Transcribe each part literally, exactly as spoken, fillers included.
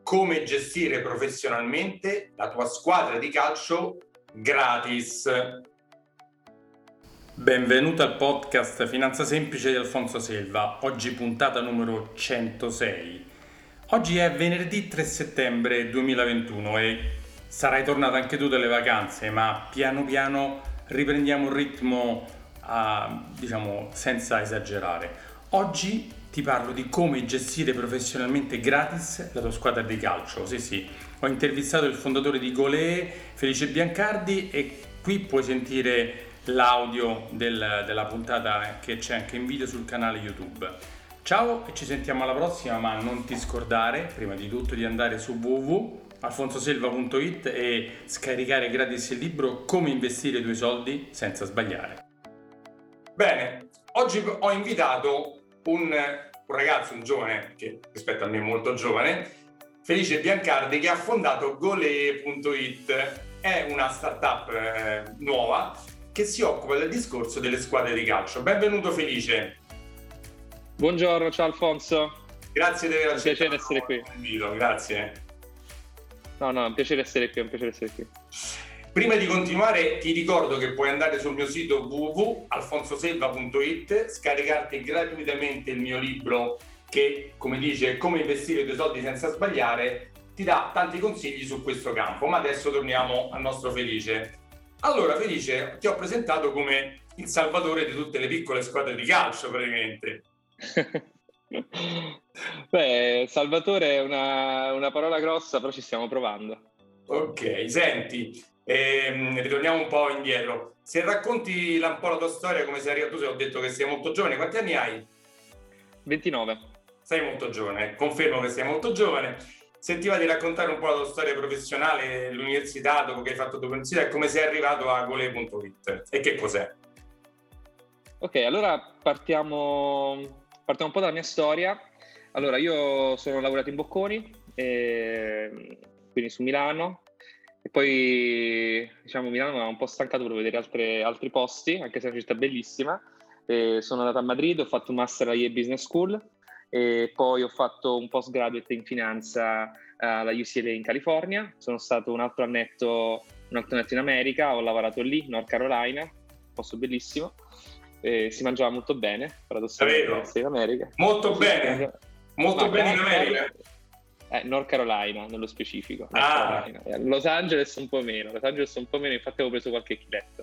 come gestire professionalmente la tua squadra di calcio gratis. Benvenuto al podcast Finanza Semplice di Alfonso Selva, oggi puntata numero centosei. Oggi è venerdì tre settembre duemilaventuno e sarai tornato anche tu dalle vacanze, ma piano piano riprendiamo il ritmo, a, diciamo, senza esagerare. Oggi ti parlo di come gestire professionalmente gratis la tua squadra di calcio. Sì, sì, ho intervistato il fondatore di Golee, Felice Biancardi, e qui puoi sentire l'audio del, della puntata che c'è anche in video sul canale YouTube. Ciao e ci sentiamo alla prossima, ma non ti scordare prima di tutto di andare su w w w punto alfonsoselva punto it e scaricare gratis il libro Come investire i tuoi soldi senza sbagliare. Bene, oggi ho invitato un, un ragazzo, un giovane, che rispetto a me è molto giovane, Felice Biancardi, che ha fondato Golee punto it. È una startup eh, nuova che si occupa del discorso delle squadre di calcio. Benvenuto Felice. Buongiorno, ciao Alfonso. Grazie di aver accettato. Un piacere essere qui. Invito, grazie. No, no, è un piacere essere qui, è un piacere essere qui. Prima di continuare ti ricordo che puoi andare sul mio sito w w w punto alfonsoselva punto it, scaricarti gratuitamente il mio libro che, come dice, come investire i tuoi soldi senza sbagliare, ti dà tanti consigli su questo campo. Ma adesso torniamo al nostro Felice. Allora Felice, ti ho presentato come il salvatore di tutte le piccole squadre di calcio praticamente. Beh, salvatore è una, una parola grossa, però ci stiamo provando. Ok, senti, ehm, ritorniamo un po' indietro. Se racconti un po' la tua storia, come sei arrivato, tu hai detto che sei molto giovane, quanti anni hai? ventinove. Sei molto giovane, confermo che sei molto giovane. Se ti va di raccontare un po' la tua storia professionale, l'università, dopo che hai fatto tu università, e come sei arrivato a Golee punto it e che cos'è? Ok, allora partiamo, partiamo un po' dalla mia storia. Allora, io sono laureato in Bocconi, e, quindi su Milano, e poi diciamo Milano mi ha un po' stancato per vedere altre, altri posti, anche se è una città bellissima. E sono andato a Madrid, ho fatto un master alla Yale Business School e poi ho fatto un postgraduate in finanza alla U C L A in California. Sono stato un altro annetto, un altro annetto in America, ho lavorato lì, North Carolina, un posto bellissimo. Eh, si mangiava molto bene, paradossalmente, in America. Molto sì, bene, molto Ma bene in America. Eh, North Carolina, nello specifico. North ah. Carolina. Los Angeles un po' meno, Los Angeles un po' meno, infatti avevo preso qualche chiletto.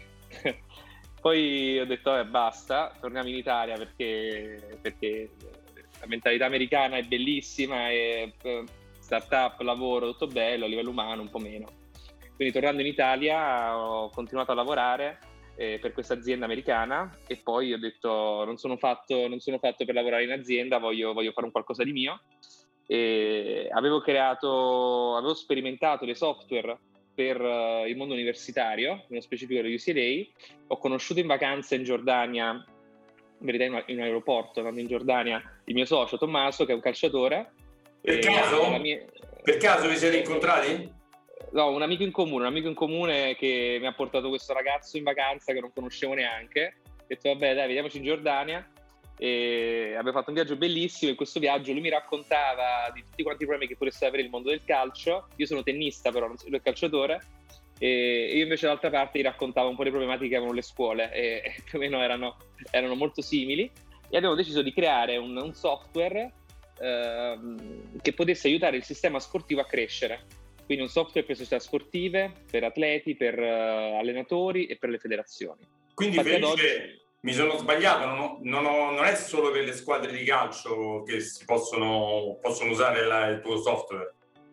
Poi ho detto, eh, basta, torniamo in Italia perché, perché la mentalità americana è bellissima, e startup, lavoro, tutto bello, a livello umano un po' meno. Quindi tornando in Italia ho continuato a lavorare eh, per questa azienda americana e poi ho detto non sono fatto, non sono fatto per lavorare in azienda, voglio, voglio fare un qualcosa di mio. E avevo creato, avevo sperimentato dei software per uh, il mondo universitario, nello specifico dello U C L A. Ho conosciuto in vacanza in Giordania, in verità in, in un aeroporto, andando in Giordania, il mio socio Tommaso, che è un calciatore. Per caso? Mia... Per caso vi siete incontrati? No, un amico in comune, un amico in comune che mi ha portato questo ragazzo in vacanza che non conoscevo neanche. Ho detto vabbè dai, vediamoci in Giordania. E abbiamo fatto un viaggio bellissimo. In questo viaggio lui mi raccontava di tutti quanti i problemi che potesse avere il mondo del calcio. Io sono tennista, però non sono il calciatore, e io invece dall'altra parte gli raccontavo un po' le problematiche che avevano le scuole e, e più o meno erano, erano molto simili, e abbiamo deciso di creare un, un software eh, che potesse aiutare il sistema sportivo a crescere. Quindi un software per società sportive, per atleti, per uh, allenatori e per le federazioni. Quindi Felice, oggi... mi sono sbagliato, non, ho, non, ho, non è solo per le squadre di calcio che si possono, possono usare la, il tuo software?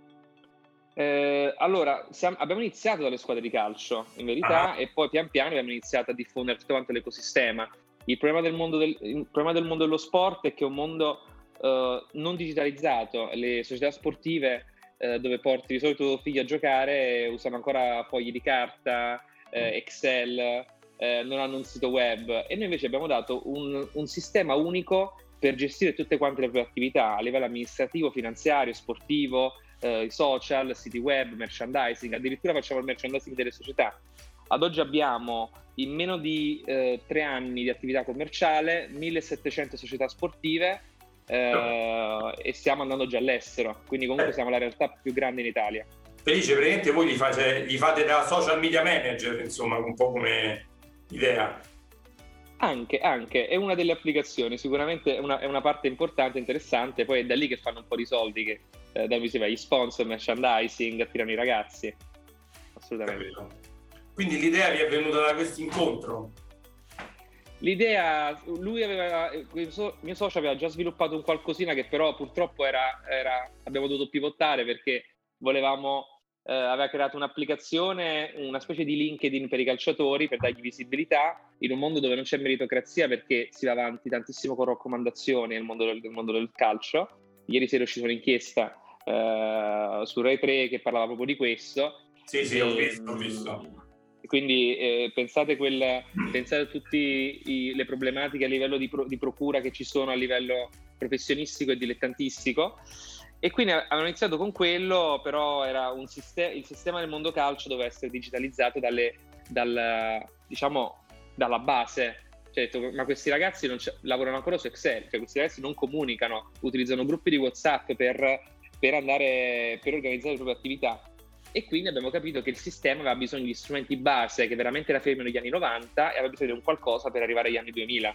Eh, allora, siamo, abbiamo iniziato dalle squadre di calcio, in verità, ah. e poi pian piano abbiamo iniziato a diffondere tutto quanto l'ecosistema. Il problema del mondo, del, il problema del mondo dello sport è che è un mondo uh, non digitalizzato. Le società sportive uh, dove porti di solito tuo figlio a giocare usano ancora fogli di carta, uh, Excel, uh, non hanno un sito web, e noi invece abbiamo dato un, un sistema unico per gestire tutte quante le proprie attività a livello amministrativo, finanziario, sportivo, Uh, i social, siti web, merchandising. Addirittura facciamo il merchandising delle società. Ad oggi abbiamo in meno di uh, tre anni di attività commerciale millesettecento società sportive eh, e stiamo andando già all'estero, quindi comunque Eh. siamo la realtà più grande in Italia. Felice, praticamente voi gli fate, gli fate da social media manager, insomma, un po' come idea. Anche, anche, è una delle applicazioni, sicuramente è una, è una parte importante, interessante, poi è da lì che fanno un po' di soldi, che eh, da cui si va gli sponsor, merchandising, attirano i ragazzi, assolutamente. Capito. Quindi l'idea vi è venuta da questo incontro? L'idea, lui aveva, il so- mio socio aveva già sviluppato un qualcosina che però purtroppo era, era abbiamo dovuto pivotare perché volevamo, eh, aveva creato un'applicazione, una specie di LinkedIn per i calciatori per dargli visibilità in un mondo dove non c'è meritocrazia, perché si va avanti tantissimo con raccomandazioni nel mondo del, nel mondo del calcio. Ieri sera è uscita un'inchiesta eh, su Rai tre che parlava proprio di questo. Sì, sì, e, ho visto, ho visto. Quindi eh, pensate, quel, pensate a tutte le problematiche a livello di, pro, di procura che ci sono a livello professionistico e dilettantistico. E quindi avevano iniziato con quello, però era un sistema, il sistema del mondo calcio doveva essere digitalizzato dalle, dal, diciamo, dalla base. Cioè, ma questi ragazzi non lavorano ancora su Excel, cioè questi ragazzi non comunicano, utilizzano gruppi di WhatsApp per, per andare per organizzare le proprie attività. E quindi abbiamo capito che il sistema aveva bisogno di strumenti base che veramente era fermo negli anni novanta e aveva bisogno di un qualcosa per arrivare agli anni duemila.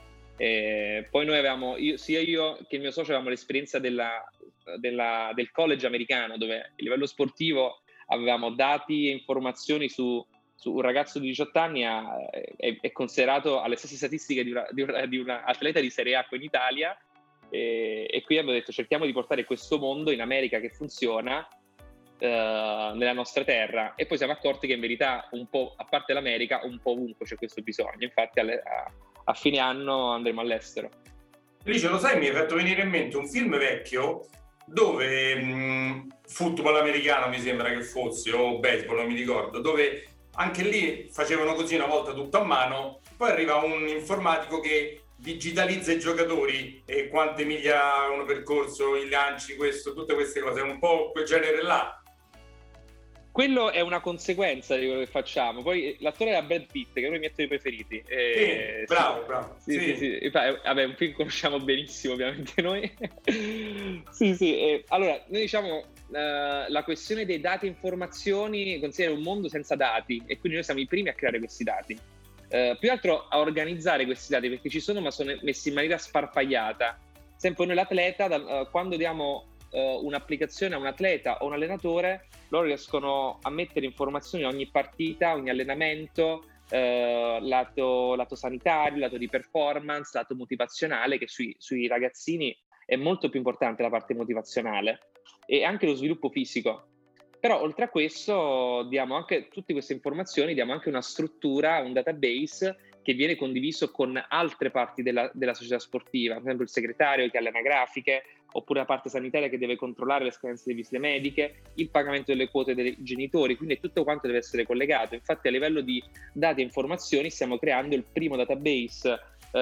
E poi noi avevamo, io, sia io che il mio socio avevamo l'esperienza della, della, del college americano, dove a livello sportivo avevamo dati e informazioni su, su un ragazzo di diciotto anni a, è, è considerato alle stesse statistiche di, una, di, una, di un atleta di Serie A qui in Italia, e, e qui abbiamo detto cerchiamo di portare questo mondo in America che funziona Uh, nella nostra terra, e poi siamo accorti che in verità un po', a parte l'America, un po' ovunque c'è questo bisogno. Infatti alle, a, a fine anno andremo all'estero. Felice, lo sai, mi hai fatto venire in mente un film vecchio dove mh, football americano mi sembra che fosse, o baseball, non mi ricordo, dove anche lì facevano così una volta tutto a mano, poi arriva un informatico che digitalizza i giocatori e quante miglia hanno percorso, i lanci, questo, tutte queste cose, è un po' quel genere là. Quello è una conseguenza di quello che facciamo. Poi l'attore era Brad Pitt, che è uno dei miei attori preferiti. Eh, sì, bravo, bravo. Sì, sì, sì, sì. Vabbè, un film che conosciamo benissimo, ovviamente noi. sì, sì. E, allora, noi diciamo, uh, la questione dei dati e informazioni considera un mondo senza dati, e quindi noi siamo i primi a creare questi dati. Uh, più altro a organizzare questi dati, perché ci sono, ma sono messi in maniera sparpagliata. Sempre noi l'atleta, uh, quando diamo uh, un'applicazione a un atleta o un allenatore, loro riescono a mettere informazioni ogni partita, ogni allenamento, eh, lato, lato sanitario, lato di performance, lato motivazionale, che sui, sui ragazzini è molto più importante la parte motivazionale, e anche lo sviluppo fisico. Però oltre a questo diamo anche tutte queste informazioni, diamo anche una struttura, un database che viene condiviso con altre parti della, della società sportiva, per esempio il segretario che ha le anagrafiche, oppure la parte sanitaria che deve controllare le scadenze delle visite mediche, il pagamento delle quote dei genitori, quindi tutto quanto deve essere collegato. Infatti a livello di dati e informazioni stiamo creando il primo database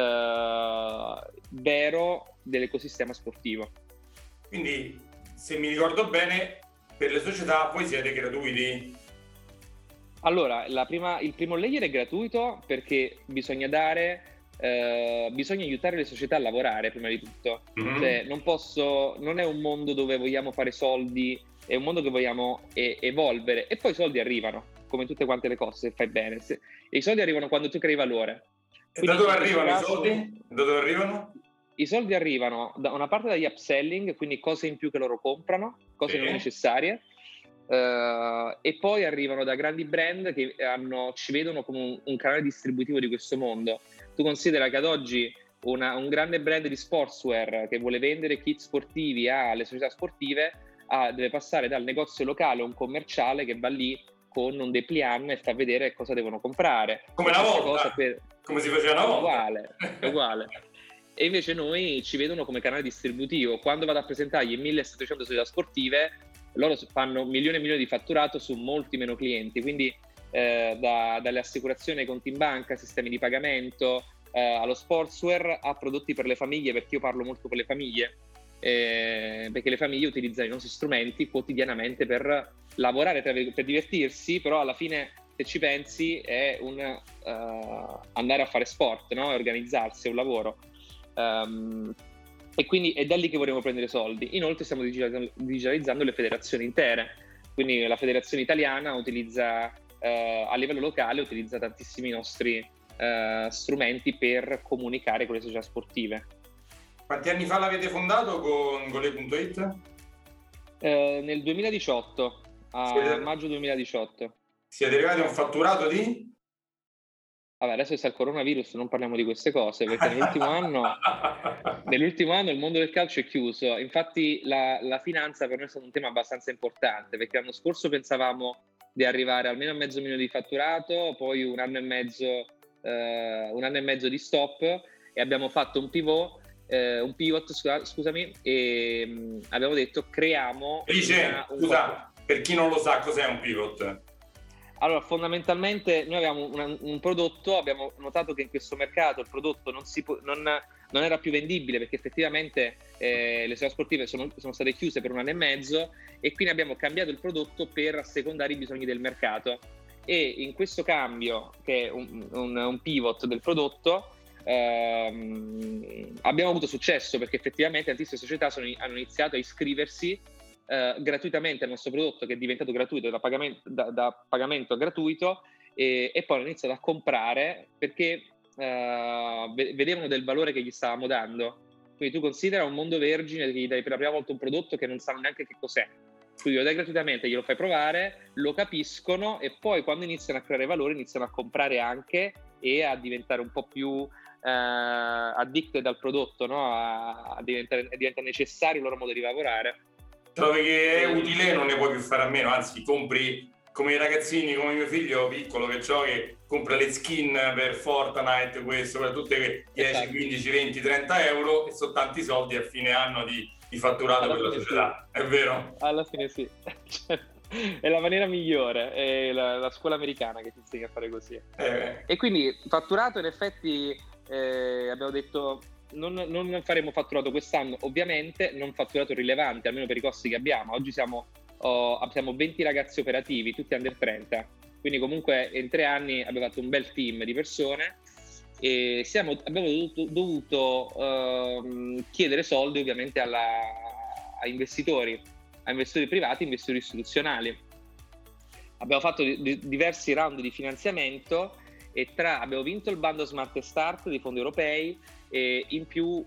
eh, vero dell'ecosistema sportivo. Quindi, se mi ricordo bene, per le società voi siete gratuiti? Allora, la prima, il primo layer è gratuito perché bisogna dare, eh, bisogna aiutare le società a lavorare prima di tutto. Mm-hmm. Cioè, non posso, non è un mondo dove vogliamo fare soldi, è un mondo che vogliamo e- evolvere, e poi i soldi arrivano, come tutte quante le cose, se fai bene. Se, e i soldi arrivano quando tu crei valore. E quindi, da dove arrivano caso, i soldi? Da dove arrivano? I soldi arrivano da una parte dagli upselling, quindi cose in più che loro comprano, cose sì. non necessarie. Uh, e poi arrivano da grandi brand che hanno, ci vedono come un, un canale distributivo di questo mondo. Tu considera che ad oggi una, un grande brand di sportswear che vuole vendere kit sportivi alle società sportive ah, deve passare dal negozio locale a un commerciale che va lì con un dépliant e fa vedere cosa devono comprare. Come una volta, per... come si faceva una volta. Uguale, è uguale. E invece noi ci vedono come canale distributivo. Quando vado a presentargli millesettecento società sportive, loro fanno milioni e milioni di fatturato su molti meno clienti, quindi eh, da, dalle assicurazioni ai conti in banca, sistemi di pagamento, eh, allo sportswear, a prodotti per le famiglie, perché io parlo molto con le famiglie, eh, perché le famiglie utilizzano i nostri strumenti quotidianamente per lavorare, per, per divertirsi, però alla fine, se ci pensi, è un uh, andare a fare sport, no? Organizzarsi, è un lavoro. Um, e quindi è da lì che vorremmo prendere soldi. Inoltre stiamo digitalizzando, digitalizzando le federazioni intere, quindi la federazione italiana utilizza eh, a livello locale utilizza tantissimi nostri eh, strumenti per comunicare con le società sportive. Quanti anni fa l'avete fondato con Gole punto it? Eh, nel duemiladiciotto, a Siete... maggio duemiladiciotto. Siete arrivati a un fatturato di? Vabbè, adesso sta il coronavirus, non parliamo di queste cose, perché nell'ultimo anno, nell'ultimo anno il mondo del calcio è chiuso. Infatti la, la finanza per noi è stato un tema abbastanza importante, perché l'anno scorso pensavamo di arrivare almeno a mezzo milione di fatturato, poi un anno e mezzo, eh, un anno e mezzo di stop, e abbiamo fatto un pivot, eh, un pivot, scusa, scusami, e mh, abbiamo detto creiamo... Dice, una, un scusa, per chi non lo sa, cos'è un pivot? Allora, fondamentalmente noi avevamo una, un prodotto, abbiamo notato che in questo mercato il prodotto non, si pu- non, non era più vendibile, perché effettivamente eh, le società sportive sono, sono state chiuse per un anno e mezzo, e quindi abbiamo cambiato il prodotto per assecondare i bisogni del mercato. E in questo cambio, che è un, un, un pivot del prodotto, ehm, abbiamo avuto successo, perché effettivamente tantissime società sono, hanno iniziato a iscriversi Uh, gratuitamente al nostro prodotto, che è diventato gratuito da pagamento, da, da pagamento gratuito, e, e poi hanno iniziato a comprare perché uh, vedevano del valore che gli stavamo dando. Quindi tu considera un mondo vergine, che gli dai per la prima volta un prodotto che non sanno neanche che cos'è, quindi lo dai gratuitamente, glielo fai provare, lo capiscono, e poi quando iniziano a creare valore iniziano a comprare anche e a diventare un po' più uh, addicted al prodotto, no? a, a diventare, diventa necessario il loro modo di lavorare. Trovi che è utile e non ne puoi più fare a meno, anzi compri come i ragazzini, come mio figlio piccolo che ho, che compra le skin per Fortnite, questo, per tutte dieci, quindici, venti, trenta euro, e sono tanti soldi a fine anno di, di fatturato alla per la società, sì. È vero? Alla fine sì, è la maniera migliore, è la, la scuola americana che ti insegna a fare così. Eh. E quindi fatturato, in effetti eh, abbiamo detto... Non, non faremo fatturato quest'anno, ovviamente, non fatturato rilevante, almeno per i costi che abbiamo. Oggi siamo, oh, abbiamo venti ragazzi operativi, tutti under trenta, quindi comunque in tre anni abbiamo fatto un bel team di persone, e siamo, abbiamo dovuto, dovuto uh, chiedere soldi ovviamente alla, a investitori, a investitori privati, investitori istituzionali. Abbiamo fatto di, diversi round di finanziamento, e tra abbiamo vinto il bando Smart Start dei fondi europei, e in più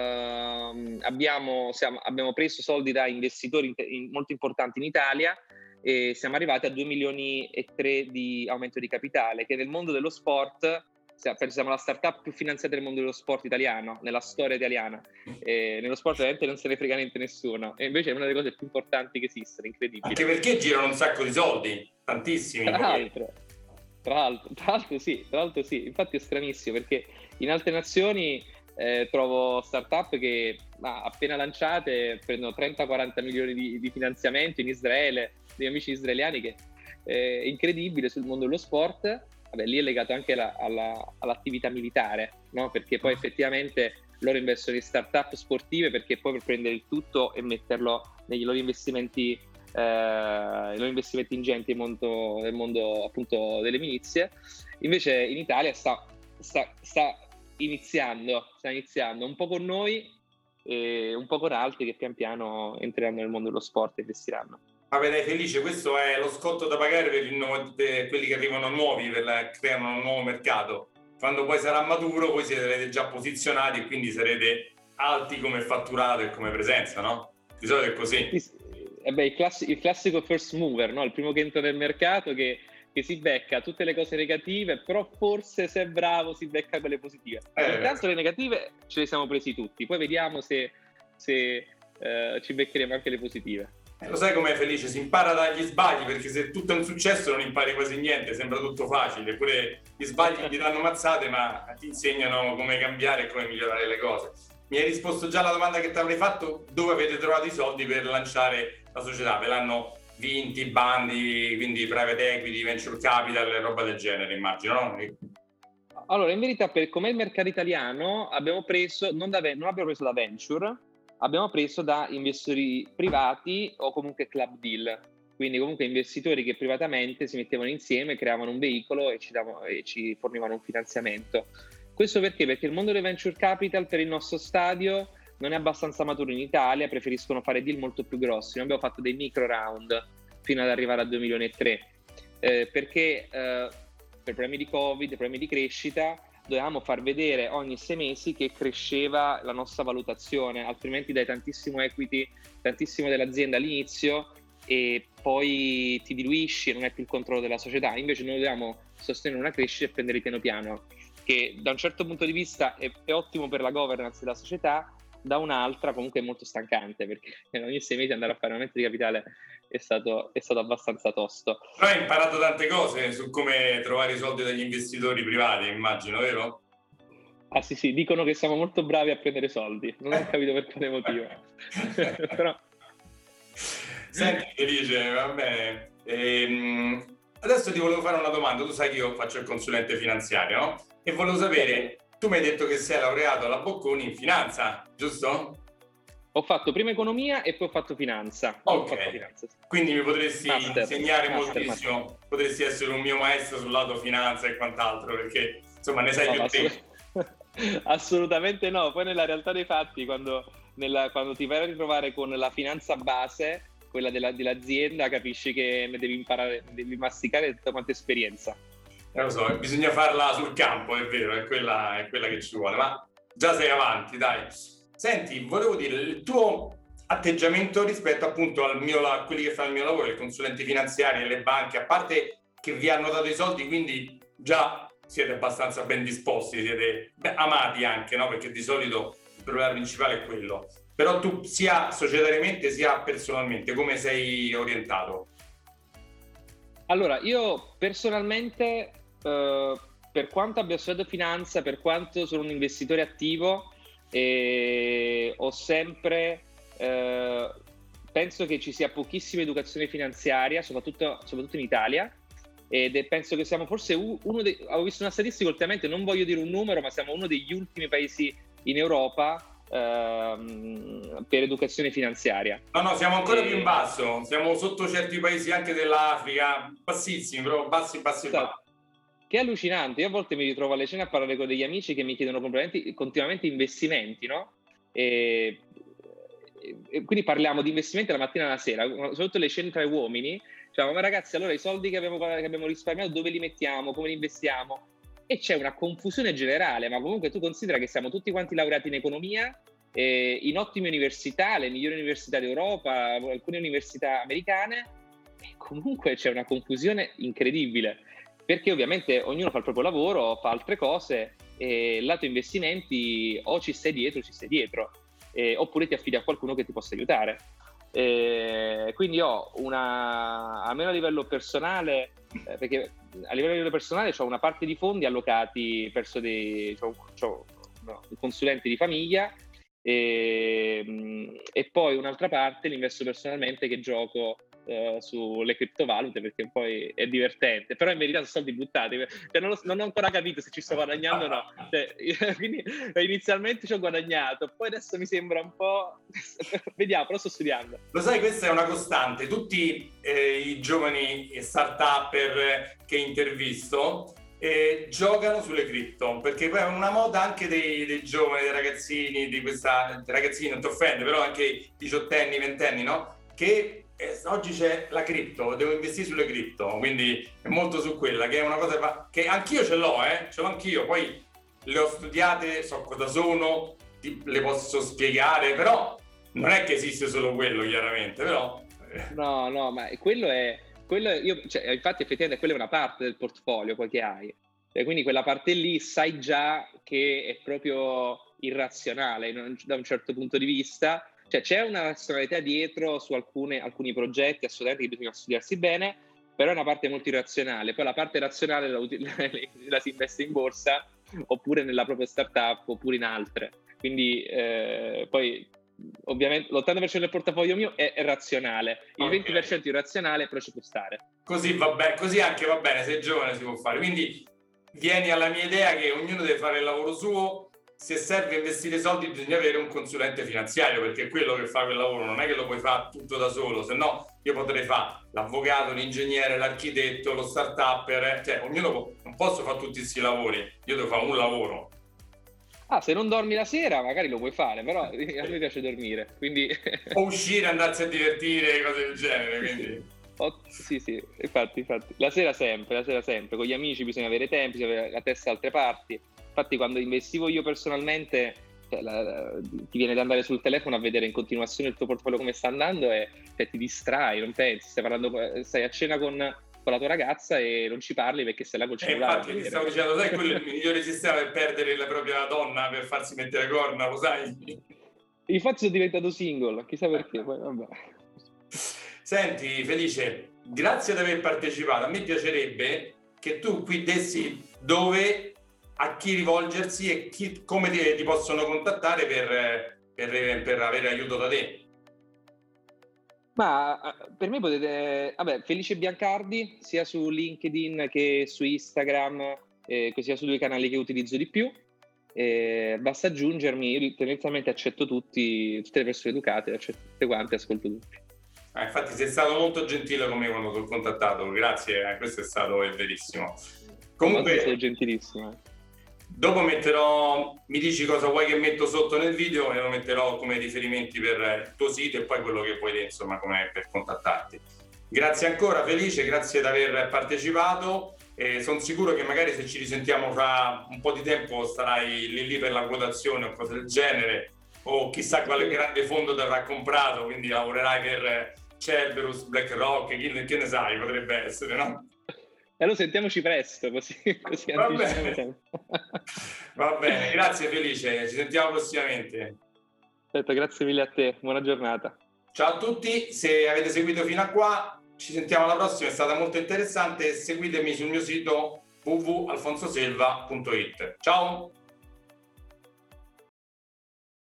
ehm, abbiamo, siamo, abbiamo preso soldi da investitori in, in, molto importanti in Italia, e siamo arrivati a due milioni e tre di aumento di capitale, che nel mondo dello sport siamo la startup più finanziata del mondo dello sport italiano, nella storia italiana. E nello sport veramente non se ne frega niente nessuno, e invece è una delle cose più importanti che esistono, incredibile. Anche perché girano un sacco di soldi, tantissimi. Tra l'altro, tra l'altro, tra l'altro sì, tra l'altro sì, infatti è stranissimo, perché in altre nazioni eh, trovo startup che ah, appena lanciate prendono trenta quaranta milioni di, di finanziamento. In Israele, dei amici israeliani, che è incredibile sul mondo dello sport. Vabbè, lì è legato anche alla, alla, all'attività militare, no? Perché poi effettivamente loro investono in startup sportive, perché poi per prendere il tutto e metterlo negli loro investimenti, eh, i loro investimenti ingenti nel mondo, nel mondo appunto delle milizie. Invece in Italia sta, sta, sta iniziando, sta iniziando un po' con noi e un po' con altri che pian piano entreranno nel mondo dello sport e investiranno. Vabbè dai Felice, questo è lo scotto da pagare per, il, per quelli che arrivano nuovi, per la, creare un nuovo mercato. Quando poi sarà maturo, voi sarete già posizionati e quindi sarete alti come fatturato e come presenza, no? Di solito è così. Eh beh, il, classico, il classico first mover, no? Il primo che entra nel mercato, che, che si becca tutte le cose negative, però forse se è bravo si becca quelle positive. Eh, Intanto le negative ce le siamo presi tutti, poi vediamo se, se eh, ci beccheremo anche le positive. Eh, lo sai com'è Felice? Si impara dagli sbagli, perché se tutto è un successo non impari quasi niente, sembra tutto facile, pure gli sbagli ti danno mazzate, ma ti insegnano come cambiare e come migliorare le cose. Mi hai risposto già alla domanda che ti avrei fatto: dove avete trovato i soldi per lanciare la società? Ve l'hanno vinti bandi, quindi private equity, venture capital e roba del genere, immagino, no? Allora, in verità, per com'è il mercato italiano, abbiamo preso, non, da, non abbiamo preso da venture, abbiamo preso da investitori privati o comunque club deal, quindi comunque investitori che privatamente si mettevano insieme, creavano un veicolo e ci, davano, e ci fornivano un finanziamento. Questo perché? Perché il mondo del venture capital per il nostro stadio non è abbastanza maturo in Italia, preferiscono fare deal molto più grossi. Noi abbiamo fatto dei micro round fino ad arrivare a due milioni e tre, eh, perché eh, per problemi di Covid, problemi di crescita, dovevamo far vedere ogni sei mesi che cresceva la nostra valutazione, altrimenti dai tantissimo equity, tantissimo dell'azienda all'inizio e poi ti diluisci e non hai più il controllo della società. Invece noi dobbiamo sostenere una crescita e prendere piano piano, che da un certo punto di vista è, è ottimo per la governance della società, da un'altra comunque è molto stancante, perché ogni sei mesi andare a fare un aumento di capitale è stato, è stato abbastanza tosto. Però hai imparato tante cose su come trovare i soldi dagli investitori privati, immagino, vero? Ah sì sì, dicono che siamo molto bravi a prendere soldi, non ho capito per quale motivo. Però... Senti Felice, va bene. Ehm, adesso ti volevo fare una domanda. Tu sai che io faccio il consulente finanziario, no? E volevo sapere, tu mi hai detto che sei laureato alla Bocconi in finanza, giusto? Ho fatto prima economia e poi ho fatto finanza. Ok, fatto finanza, sì. Quindi mi potresti master, insegnare master, moltissimo, master. Potresti essere un mio maestro sul lato finanza e quant'altro, perché insomma ne sai No, più te. assolut- assolutamente no. Poi nella realtà dei fatti, quando, nella, quando ti vai a ritrovare con la finanza base, quella della, dell'azienda, capisci che ne devi imparare, devi masticare tutta quanta esperienza. Eh, lo so, bisogna farla sul campo, è vero, è quella, è quella che ci vuole, ma già sei avanti, dai. Senti, volevo dire, il tuo atteggiamento rispetto appunto al mio, a quelli che fanno il mio lavoro, i consulenti finanziari e le banche, a parte che vi hanno dato i soldi, quindi già siete abbastanza ben disposti, siete beh, amati anche, no? Perché di solito il problema principale è quello. Però tu sia societariamente sia personalmente, come sei orientato? Allora, io personalmente, eh, per quanto abbia studiato finanza, per quanto sono un investitore attivo, eh, ho sempre, eh, penso che ci sia pochissima educazione finanziaria, soprattutto, soprattutto in Italia, ed è, penso che siamo forse uno dei, ho visto una statistica ultimamente, non voglio dire un numero, ma siamo uno degli ultimi paesi in Europa ehm, per educazione finanziaria. No, no, siamo ancora e... più in basso, siamo sotto certi paesi anche dell'Africa, bassissimi, però bassi, bassi, Esatto. bassi. Che è allucinante, io a volte mi ritrovo alle cene a parlare con degli amici che mi chiedono continuamente investimenti, no? E, e quindi parliamo di investimenti la mattina e la sera, soprattutto le cene tra gli uomini, diciamo, ma ragazzi, allora i soldi che abbiamo, che abbiamo risparmiato dove li mettiamo, come li investiamo? E c'è una confusione generale, ma comunque tu considera che siamo tutti quanti laureati in economia, eh, in ottime università, le migliori università d'Europa, alcune università americane, e comunque c'è una confusione incredibile. Perché ovviamente ognuno fa il proprio lavoro, fa altre cose e lato investimenti o ci stai dietro o ci stai dietro, eh, oppure ti affidi a qualcuno che ti possa aiutare. Eh, quindi ho una, almeno a livello personale, eh, perché a livello personale ho una parte di fondi allocati verso dei, c'ho, c'ho, no, consulenti di famiglia e, e poi un'altra parte l'investo personalmente che gioco Uh, sulle criptovalute perché poi è divertente, però in verità sono soldi buttati, cioè, non, lo, non ho ancora capito se ci sto guadagnando o no, cioè, quindi inizialmente ci ho guadagnato, poi adesso mi sembra un po' vediamo, però sto studiando. Lo sai, questa è una costante, tutti eh, i giovani start-upper che intervisto eh, giocano sulle cripto, perché poi è una moda anche dei, dei giovani, dei ragazzini, di questa, dei ragazzini non ti offende, però anche diciottenni, ventenni, no? Che Eh, oggi c'è la cripto, devo investire sulle cripto, quindi è molto su quella, che è una cosa che anch'io ce l'ho, eh, ce l'ho anch'io, poi le ho studiate, so cosa sono, ti, le posso spiegare, però non è che esiste solo quello, chiaramente, però... No, no, ma quello è, quello è io, cioè, infatti effettivamente quella è una parte del portfolio poi che hai, e quindi quella parte lì sai già che è proprio irrazionale da un certo punto di vista. Cioè c'è una razionalità dietro su alcune, alcuni progetti assolutamente che bisogna studiarsi bene, però è una parte molto irrazionale. Poi la parte razionale la, la, la si investe in borsa oppure nella propria startup oppure in altre. Quindi eh, poi ovviamente l'ottanta per cento del portafoglio mio è, è razionale, il okay. venti per cento irrazionale, però ci può stare. Così va bene, così anche va bene, sei giovane si può fare. Quindi vieni alla mia idea che ognuno deve fare il lavoro suo. Se serve investire soldi bisogna avere un consulente finanziario, perché è quello che fa quel lavoro, non è che lo puoi fare tutto da solo, se no io potrei fare l'avvocato, l'ingegnere, l'architetto, lo start-upper, cioè ognuno può, non posso fare tutti questi lavori, io devo fare un lavoro. Ah, se non dormi la sera magari lo puoi fare, però a me piace dormire, quindi... O uscire, andarsi a divertire, cose del genere, quindi... Oh, sì, sì, infatti, infatti, la sera sempre, la sera sempre, con gli amici bisogna avere tempi, bisogna avere la testa da altre parti. Infatti quando investivo io personalmente, cioè, la, la, ti viene da andare sul telefono a vedere in continuazione il tuo portafoglio come sta andando e cioè, ti distrai, non pensi, stai parlando, stai a cena con, con la tua ragazza e non ci parli perché sei là col E cellulare. infatti ti stavo dicendo, sai, quello è il migliore sistema per perdere la propria donna, per farsi mettere corna, lo sai? Infatti sono diventato single, chissà perché, poi vabbè. Senti Felice, grazie di aver partecipato. A me piacerebbe che tu qui dessi dove, a chi rivolgersi e chi, come ti, ti possono contattare per, per, per avere aiuto da te. Ma per me potete, vabbè, Felice Biancardi sia su LinkedIn che su Instagram, eh, che sia su due canali che utilizzo di più. Eh, basta aggiungermi, io tendenzialmente accetto tutti, tutte le persone educate, accetto tutte quante, ascolto tutti. Ah, infatti sei stato molto gentile con me quando ti ho contattato, grazie, eh, questo è stato è verissimo. Comunque, sei gentilissimo. Eh. Dopo metterò, mi dici cosa vuoi che metto sotto nel video e lo metterò come riferimenti per il tuo sito e poi quello che vuoi, insomma, come per contattarti. Grazie ancora Felice, grazie di aver partecipato e sono sicuro che magari se ci risentiamo fra un po' di tempo starai lì lì per la quotazione o cose del genere, o chissà quale grande fondo ti avrà comprato, quindi lavorerai per Cerberus, BlackRock, chi, che ne sai, potrebbe essere, no? E allora sentiamoci presto, così, così Va bene. Va bene, grazie Felice, ci sentiamo prossimamente. Aspetta, grazie mille a te, buona giornata. Ciao a tutti, se avete seguito fino a qua, ci sentiamo alla prossima, è stata molto interessante, seguitemi sul mio sito w w w punto alfonsoselva punto it. Ciao!